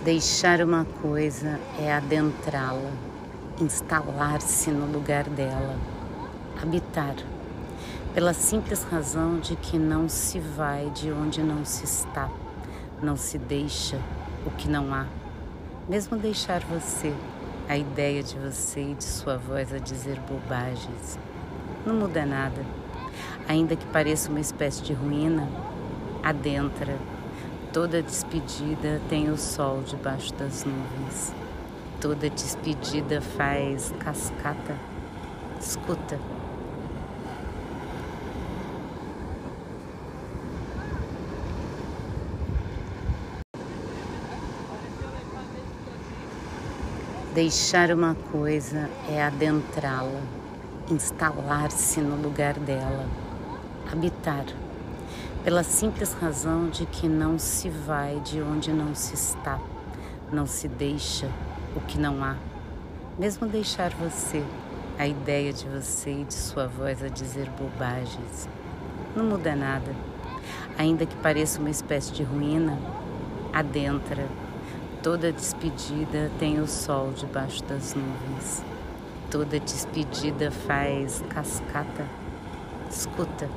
Deixar uma coisa é adentrá-la, instalar-se no lugar dela, habitar, pela simples razão de que não se vai de onde não se está, não se deixa o que não há. Mesmo deixar você, a ideia de você e de sua voz a dizer bobagens, não muda nada. Ainda que pareça uma espécie de ruína, adentra. Toda despedida tem o sol debaixo das nuvens. Toda despedida faz cascata. Escuta. Deixar uma coisa é adentrá-la, instalar-se no lugar dela, habitar, pela simples razão de que não se vai de onde não se está, não se deixa o que não há. Mesmo deixar você, a ideia de você e de sua voz a dizer bobagens, não muda nada. Ainda que pareça uma espécie de ruína, adentra. Toda despedida tem o sol debaixo das nuvens. Toda despedida faz cascata. Escuta.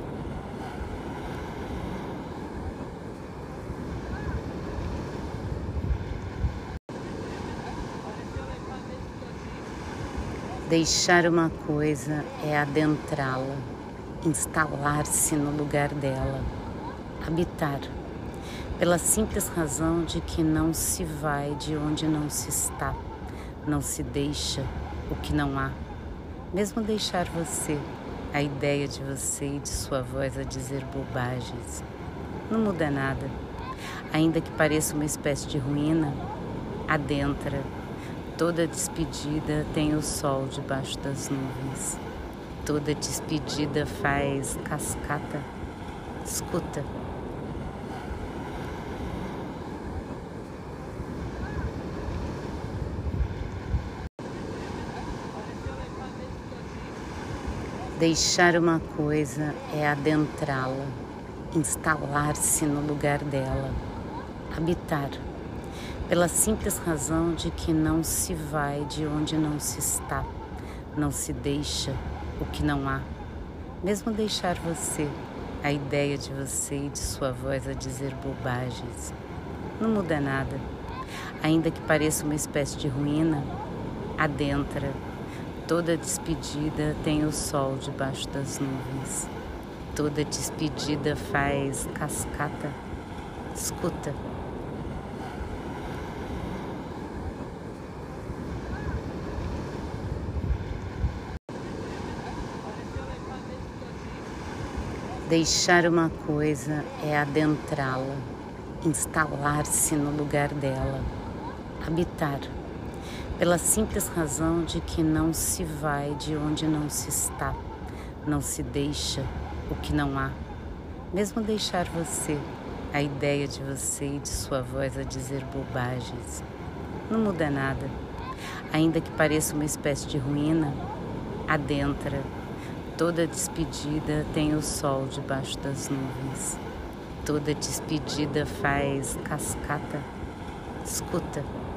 Deixar uma coisa é adentrá-la, instalar-se no lugar dela, habitar, pela simples razão de que não se vai de onde não se está, não se deixa o que não há. Mesmo deixar você, a ideia de você e de sua voz a dizer bobagens, não muda nada. Ainda que pareça uma espécie de ruína, adentra. Toda despedida tem o sol debaixo das nuvens. Toda despedida faz cascata. Escuta. Deixar uma coisa é adentrá-la, instalar-se no lugar dela, habitar, pela simples razão de que não se vai de onde não se está, não se deixa o que não há. Mesmo deixar você, a ideia de você e de sua voz a dizer bobagens, não muda nada. Ainda que pareça uma espécie de ruína, adentra. Toda despedida tem o sol debaixo das nuvens. Toda despedida faz cascata. Escuta. Deixar uma coisa é adentrá-la, instalar-se no lugar dela, habitar, pela simples razão de que não se vai de onde não se está, não se deixa o que não há. Mesmo deixar você, a ideia de você e de sua voz a dizer bobagens, não muda nada. Ainda que pareça uma espécie de ruína, adentra. Toda despedida tem o sol debaixo das nuvens. Toda despedida faz cascata. Escuta.